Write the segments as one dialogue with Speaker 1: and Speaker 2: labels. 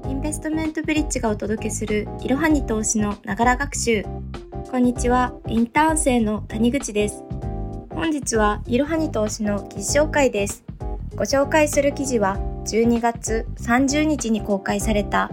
Speaker 1: インベストメントブリッジがお届けするいろはに投資のながら学習。こんにちは、インターン生の谷口です。本日はいろはに投資の記事紹介です。ご紹介する記事は12月30日に公開された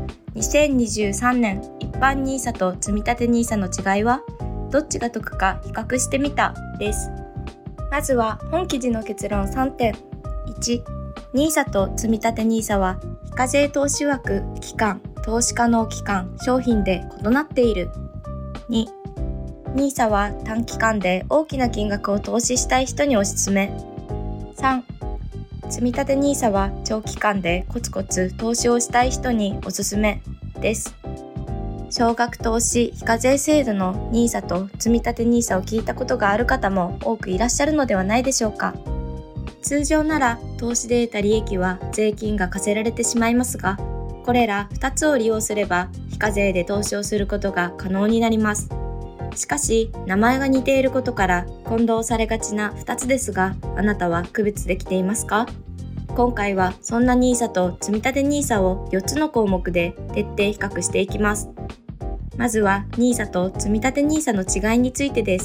Speaker 1: 2023年一般 NISA と積立 NISA の違いはどっちが得か比較してみたです。まずは本記事の結論3点。1、NISA と積立 NISA は非課税投資枠、期間、投資可能期間、商品で異なっている。2、NISA は短期間で大きな金額を投資したい人におすすめ。3、積立 NISA は長期間でコツコツ投資をしたい人におすすめです。少額投資非課税制度の NISA と積立 NISA を聞いたことがある方も多くいらっしゃるのではないでしょうか。通常なら投資で得た利益は税金が課せられてしまいますが、これら2つを利用すれば非課税で投資をすることが可能になります。しかし名前が似ていることから混同されがちな2つですが、あなたは区別できていますか？今回はそんな NISA と積立 NISA を4つの項目で徹底比較していきます。まずは NISA と積立 NISA の違いについてです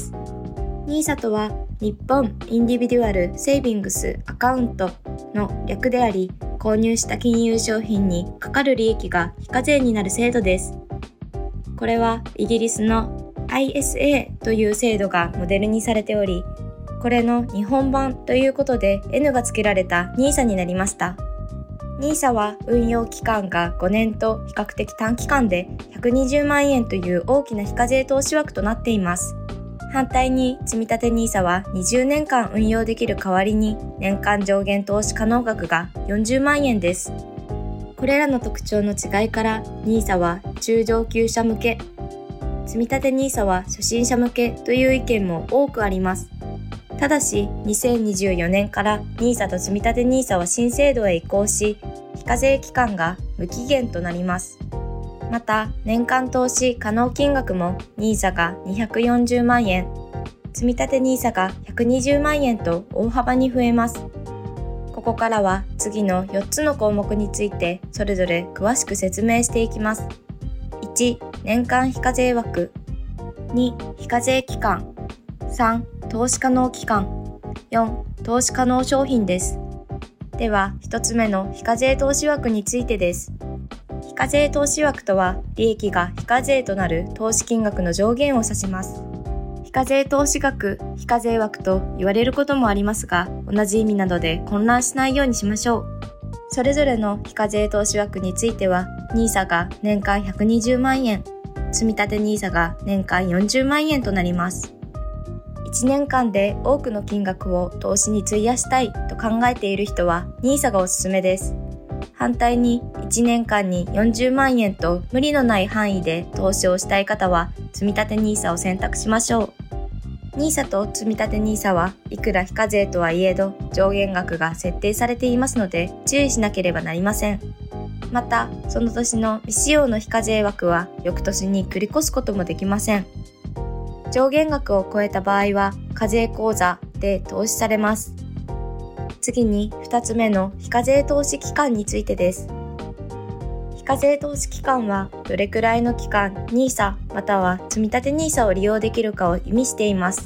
Speaker 1: 。NISA とは日本インディビデュアルセービングスアカウントの略であり、購入した金融商品にかかる利益が非課税になる制度です。これはイギリスの ISA という制度がモデルにされており、これの日本版ということで N が付けられた NISA になりました。NISA は運用期間が5年と比較的短期間で120万円という大きな非課税投資枠となっています。反対に積立 NISA は20年間運用できる代わりに年間上限投資可能額が40万円です。これらの特徴の違いから NISA は中上級者向け、積立 NISA は初心者向けという意見も多くあります。ただし2024年から NISA と積立 NISA は新制度へ移行し、非課税期間が無期限となります。また年間投資可能金額も NISA が240万円、積立 NISA が120万円と大幅に増えます。ここからは次の4つの項目についてそれぞれ詳しく説明していきます。1、年間非課税枠。2、非課税期間。3、投資可能期間。4、投資可能商品です。では1つ目の非課税投資枠についてです。非課税投資枠とは利益が非課税となる投資金額の上限を指します。非課税投資額、非課税枠と言われることもありますが、同じ意味などで混乱しないようにしましょう。それぞれの非課税投資枠については NISA が年間120万円、積立 NISA が年間40万円となります。1年間で多くの金額を投資に費やしたいと考えている人は NISA がおすすめです。反対に1年間に40万円と無理のない範囲で投資をしたい方は積立 NISA を選択しましょう。NISA と積立 NISA はいくら非課税とはいえど上限額が設定されていますので注意しなければなりません。またその年の未使用の非課税枠は翌年に繰り越すこともできません。上限額を超えた場合は課税口座で投資されます。次に2つ目の非課税投資期間についてです。非課税投資期間はどれくらいの期間 NISA または積立 NISA を利用できるかを意味しています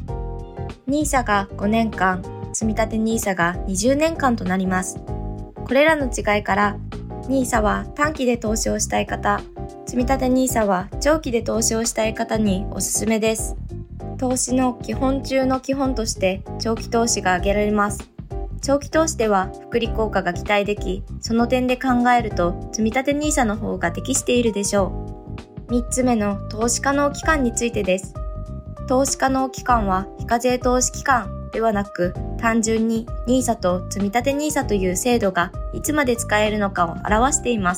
Speaker 1: 。NISA が5年間、積立 NISA が20年間となります。これらの違いから NISA は短期で投資をしたい方、積立 NISA は長期で投資をしたい方におすすめです。投資の基本中の基本として長期投資が挙げられます。長期投資では複利効果が期待でき、その点で考えると積立 NISA の方が適しているでしょう。3つ目の投資可能期間についてです。投資可能期間は非課税投資期間ではなく、単純に NISA と積立 NISA という制度がいつまで使えるのかを表しています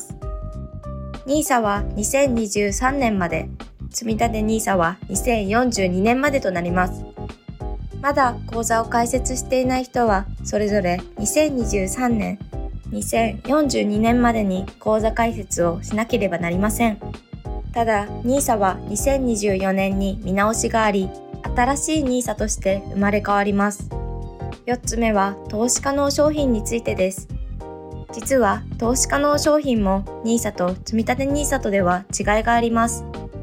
Speaker 1: 。NISA は2023年まで、積立 NISA は2042年までとなります。まだ口座を開設していない人はそれぞれ2023年、2042年までに口座開設をしなければなりません。ただ NISA は2024年に見直しがあり、新しい NISA として生まれ変わります。4つ目は投資可能商品についてです。 実は投資可能商品も NISA と積立 NISA とでは違いがあります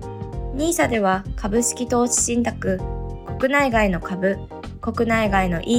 Speaker 1: 。NISA では株式投資信託、国内外の株、国内外の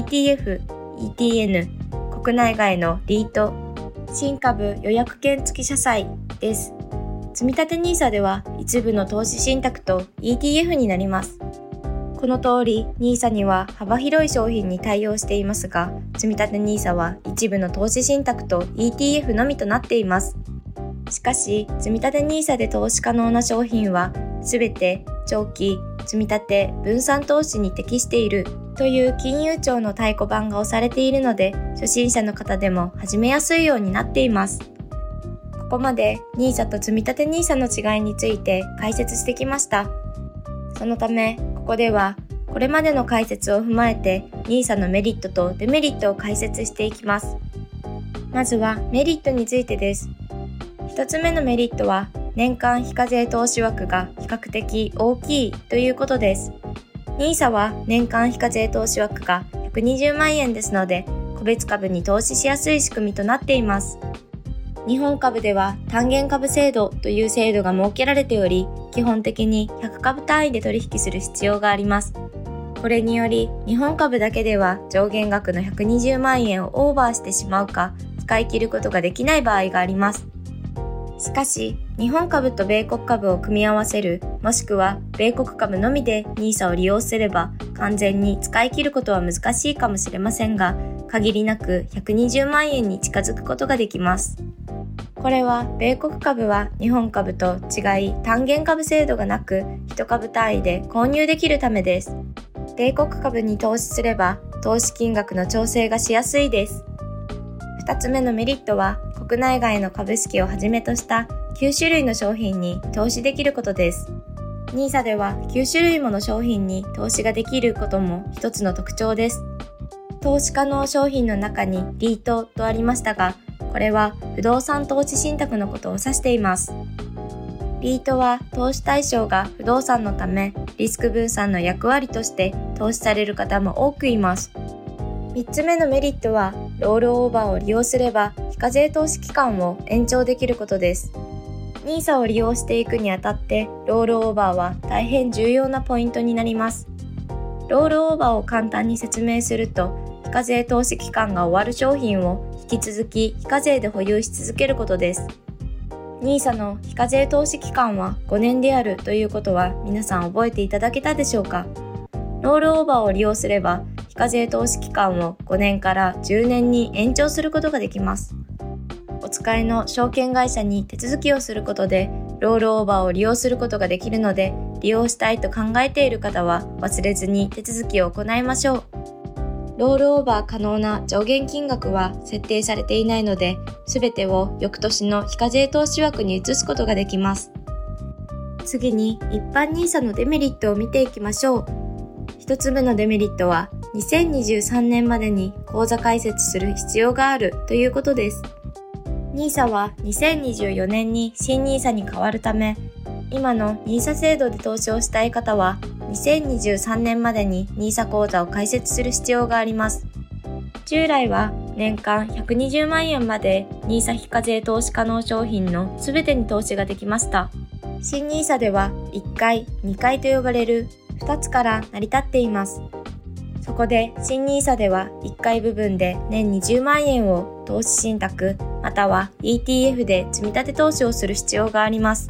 Speaker 1: ETF、ETN、国内外のリート、新株予約権付き社債です。積立 NISA では一部の投資信託と ETF になります。この通り NISA には幅広い商品に対応していますが、積立 NISA は一部の投資信託と ETF のみとなっています。しかし、積立 NISA で投資可能な商品はすべて長期、積立、分散投資に適しているという金融庁の太鼓判が押されているので、初心者の方でも始めやすいようになっています。ここまで NISA と積立 NISA の違いについて解説してきました。そのため、ここではこれまでの解説を踏まえて NISA のメリットとデメリットを解説していきます。まずはメリットについてです。一つ目のメリットは年間非課税投資枠が比較的大きいということです。NISA は年間非課税投資枠が120万円ですので、個別株に投資しやすい仕組みとなっています。日本株では単元株制度という制度が設けられており、基本的に100株単位で取引する必要があります。これにより、日本株だけでは上限額の120万円をオーバーしてしまうか、使い切ることができない場合があります。しかし、日本株と米国株を組み合わせる、もしくは米国株のみで NISA を利用すれば、完全に使い切ることは難しいかもしれませんが、限りなく120万円に近づくことができます。これは米国株は日本株と違い単元株制度がなく1株単位で購入できるためです。米国株に投資すれば投資金額の調整がしやすいです。2つ目のメリットは国内外の株式をはじめとした9種類の商品に投資できることです。NISA では9種類もの商品に投資ができることも一つの特徴です。投資可能商品の中にリートとありましたが、これは不動産投資信託のことを指しています。リートは投資対象が不動産のため、リスク分散の役割として投資される方も多くいます。3つ目のメリットは、ロールオーバーを利用すれば非課税投資期間を延長できることです。NISA を利用していくにあたって、ロールオーバーは大変重要なポイントになります。ロールオーバーを簡単に説明すると、非課税投資期間が終わる商品を引き続き非課税で保有し続けることです。NISA の非課税投資期間は5年であるということは皆さん覚えていただけたでしょうか。ロールオーバーを利用すれば非課税投資期間を5年から10年に延長することができます。お使いの証券会社に手続きをすることでロールオーバーを利用することができるので、利用したいと考えている方は忘れずに手続きを行いましょう。ロールオーバー可能な上限金額は設定されていないので、すべてを翌年の非課税投資枠に移すことができます。次に一般 NISA のデメリットを見ていきましょう。一つ目のデメリットは、2023年までに口座開設する必要があるということです。NISA は2024年に新 NISA に変わるため、今の NISA 制度で投資をしたい方は、2023年までに NISA 口座を開設する必要があります。従来は年間120万円まで NISA 非課税投資可能商品のすべてに投資ができました。新 NISA では1回、2回と呼ばれる2つから成り立っています。そこで新 NISA では1回部分で年20万円を投資信託または ETF で積み立て投資をする必要があります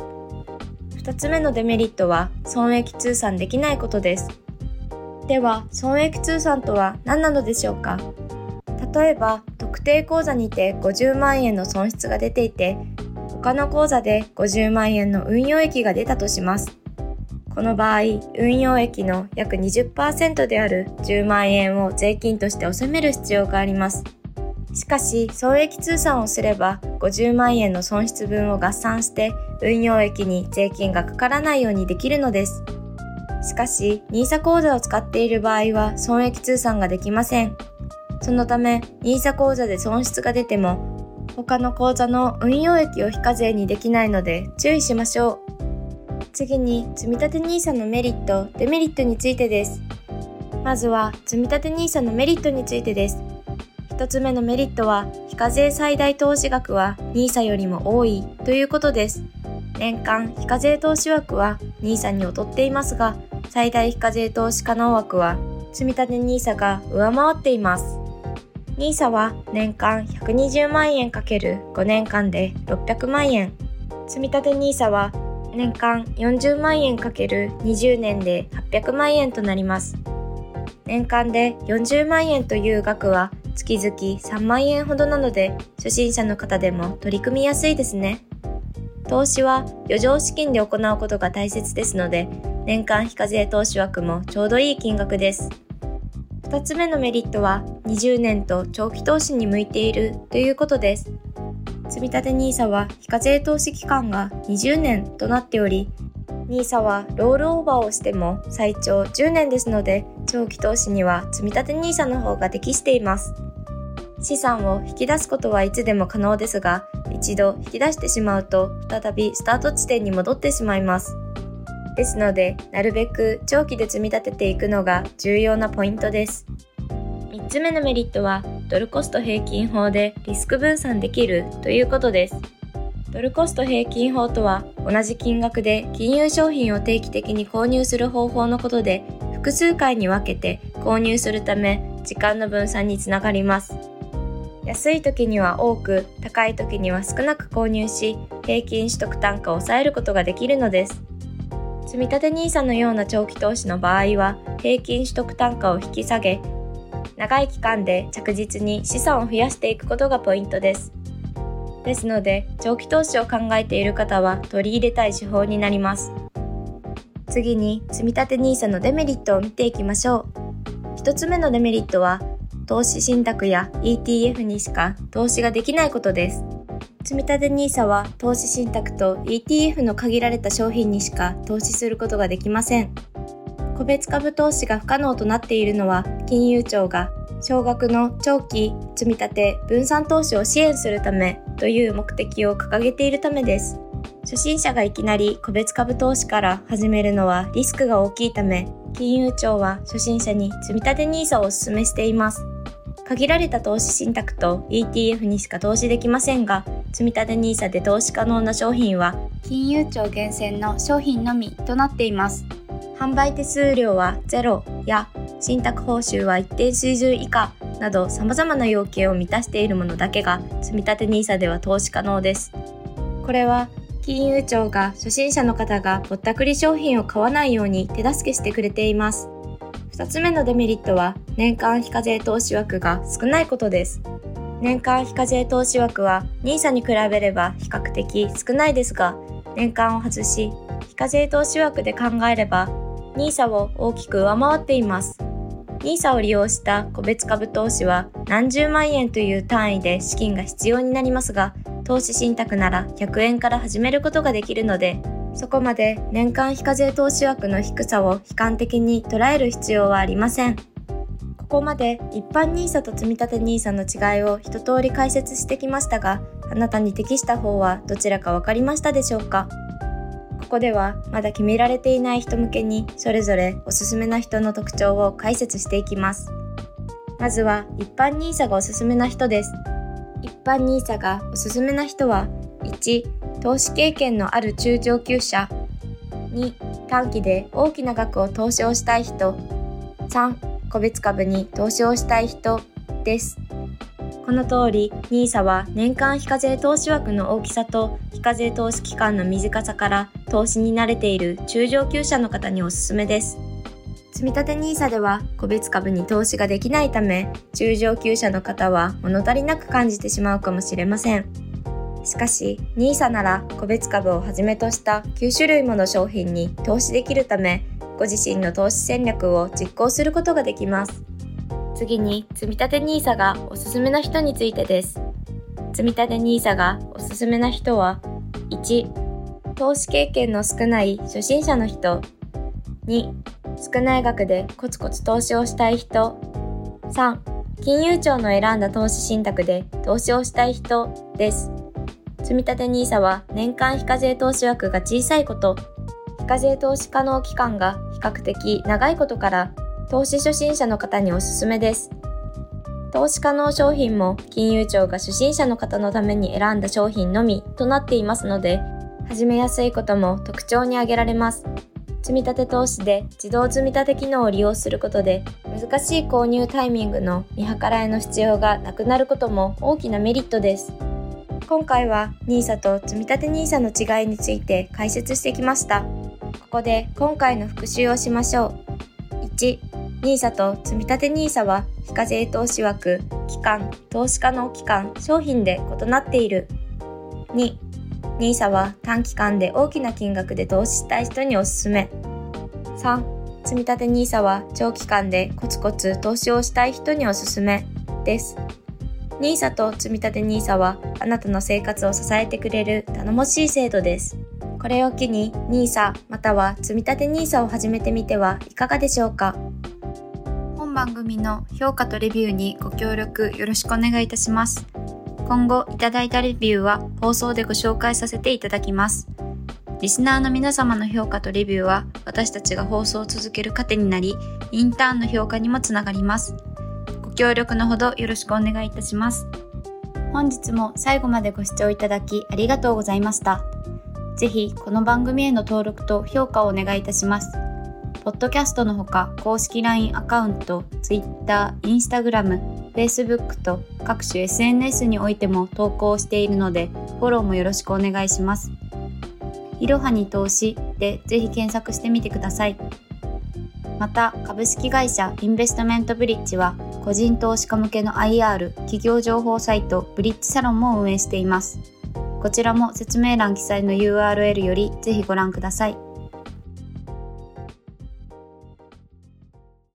Speaker 1: 。2つ目のデメリットは損益通算できないことです。では損益通算とは何なのでしょうか。例えば特定口座にて50万円の損失が出ていて、他の口座で50万円の運用益が出たとします。この場合、運用益の約 20% である10万円を税金として納める必要があります。しかし、損益通算をすれば50万円の損失分を合算して運用益に税金がかからないようにできるのです。しかし、NISA 口座を使っている場合は損益通算ができません。そのため、NISA 口座で損失が出ても他の口座の運用益を非課税にできないので注意しましょう。次に、積立 NISA のメリット、デメリットについてです。まずは、積立 NISA のメリットについてです。 1つ目のメリットは、非課税最大投資額は NISA よりも多いということです。年間非課税投資枠は NISA に劣っていますが、最大非課税投資可能枠は積立 NISA が上回っています。NISA は年間120万円 ×5 年間で600万円。積立 NISA は年間40万円 ×20 年で800万円となります。年間で40万円という額は月々3万円ほどなので、初心者の方でも取り組みやすいですね。投資は余剰資金で行うことが大切ですので、年間非課税投資枠もちょうどいい金額です。2つ目のメリットは、20年と長期投資に向いているということです。積立 NISA は非課税投資期間が20年となっており、NISA はロールオーバーをしても最長10年ですので、長期投資には積立 NISA の方が適しています。資産を引き出すことはいつでも可能ですが、一度引き出してしまうと再びスタート地点に戻ってしまいます。ですので、なるべく長期で積み立てていくのが重要なポイントです。3つ目のメリットは、ドルコスト平均法でリスク分散できるということです。ドルコスト平均法とは、同じ金額で金融商品を定期的に購入する方法のことで、複数回に分けて購入するため、時間の分散につながります。安い時には多く、高い時には少なく購入し、平均取得単価を抑えることができるのです。積立 NISA のような長期投資の場合は、平均取得単価を引き下げ、長い期間で着実に資産を増やしていくことがポイントです。ですので、長期投資を考えている方は取り入れたい手法になります。次に、積立 NISA のデメリットを見ていきましょう。1つ目のデメリットは、投資信託や ETF にしか投資ができないことです。積立 NISA は投資信託と ETF の限られた商品にしか投資することができません。個別株投資が不可能となっているのは、金融庁が少額の長期積立分散投資を支援するためという目的を掲げているためです。初心者がいきなり個別株投資から始めるのはリスクが大きいため、金融庁は初心者に積立 NISA をお勧めしています。限られた投資信託と ETF にしか投資できませんが、積立 NISA で投資可能な商品は金融庁厳選の商品のみとなっています。販売手数料はゼロや信託報酬は一定水準以下など様々な要件を満たしているものだけが積立 NISA では投資可能です。これは金融庁が初心者の方がぼったくり商品を買わないように手助けしてくれています。2つ目のデメリットは、年間非課税投資枠が少ないことです。年間非課税投資枠は NISA に比べれば比較的少ないですが、年間を外し非課税投資枠で考えれば NISA を大きく上回っています。NISA を利用した個別株投資は何十万円という単位で資金が必要になりますが、投資信託なら100円から始めることができるので、そこまで年間非課税投資枠の低さを悲観的に捉える必要はありません。ここまで一般 NISA と積立 NISA の違いを一通り解説してきましたが、あなたに適した方はどちらか分かりましたでしょうか？ここではまだ決められていない人向けにそれぞれおすすめな人の特徴を解説していきます。まずは一般 NISA がおすすめな人です。一般 NISA がおすすめな人は、1、投資経験のある中上級者。2、短期で大きな額を投資をしたい人。3、個別株に投資をしたい人です。この通り、NISA は年間非課税投資枠の大きさと非課税投資期間の短さから投資に慣れている中上級者の方におすすめです。積立 NISA では個別株に投資ができないため、中上級者の方は物足りなく感じてしまうかもしれません。しかし NISA なら個別株をはじめとした9種類もの商品に投資できるため、ご自身の投資戦略を実行することができます。次に積立 NISA がおすすめな人についてです。積立 NISA がおすすめな人は、1、投資経験の少ない初心者の人。2、少ない額でコツコツ投資をしたい人。3、金融庁の選んだ投資信託で投資をしたい人です。積立 NISA は年間非課税投資枠が小さいこと、非課税投資可能期間が比較的長いことから、投資初心者の方におすすめです。 投資可能商品も金融庁が初心者の方のために選んだ商品のみとなっていますので、始めやすいことも特徴に挙げられます。積立投資で自動積立機能を利用することで、難しい購入タイミングの見計らいの必要がなくなることも大きなメリットです。今回は NISA と積立 NISA の違いについて解説してきました。ここで今回の復習をしましょう。1、NISA と積立 NISA は非課税投資枠、期間、投資可能期間、商品で異なっている。2、NISA は短期間で大きな金額で投資したい人におすすめ。3、積立 NISA は長期間でコツコツ投資をしたい人におすすめです。NISA と積立 NISA はあなたの生活を支えてくれる頼もしい制度です。これを機に NISA または積立 NISA を始めてみてはいかがでしょうか。本番組の評価とレビューにご協力よろしくお願いいたします。今後いただいたレビューは放送でご紹介させていただきます。リスナーの皆様の評価とレビューは私たちが放送を続ける糧になり、インターンの評価にもつながります。ご協力のほどよろしくお願いいたします。本日も最後までご視聴いただきありがとうございました。ぜひこの番組への登録と評価をお願いいたします。ポッドキャストのほか公式 LINE アカウント、Twitter、Instagram、Facebook と各種 SNS においても投稿しているのでフォローもよろしくお願いします。いろはに投資でぜひ検索してみてください。また株式会社インベストメントブリッジは個人投資家向けの IR 企業情報サイトブリッジサロンも運営しています。こちらも説明欄記載の URL よりぜひご覧ください。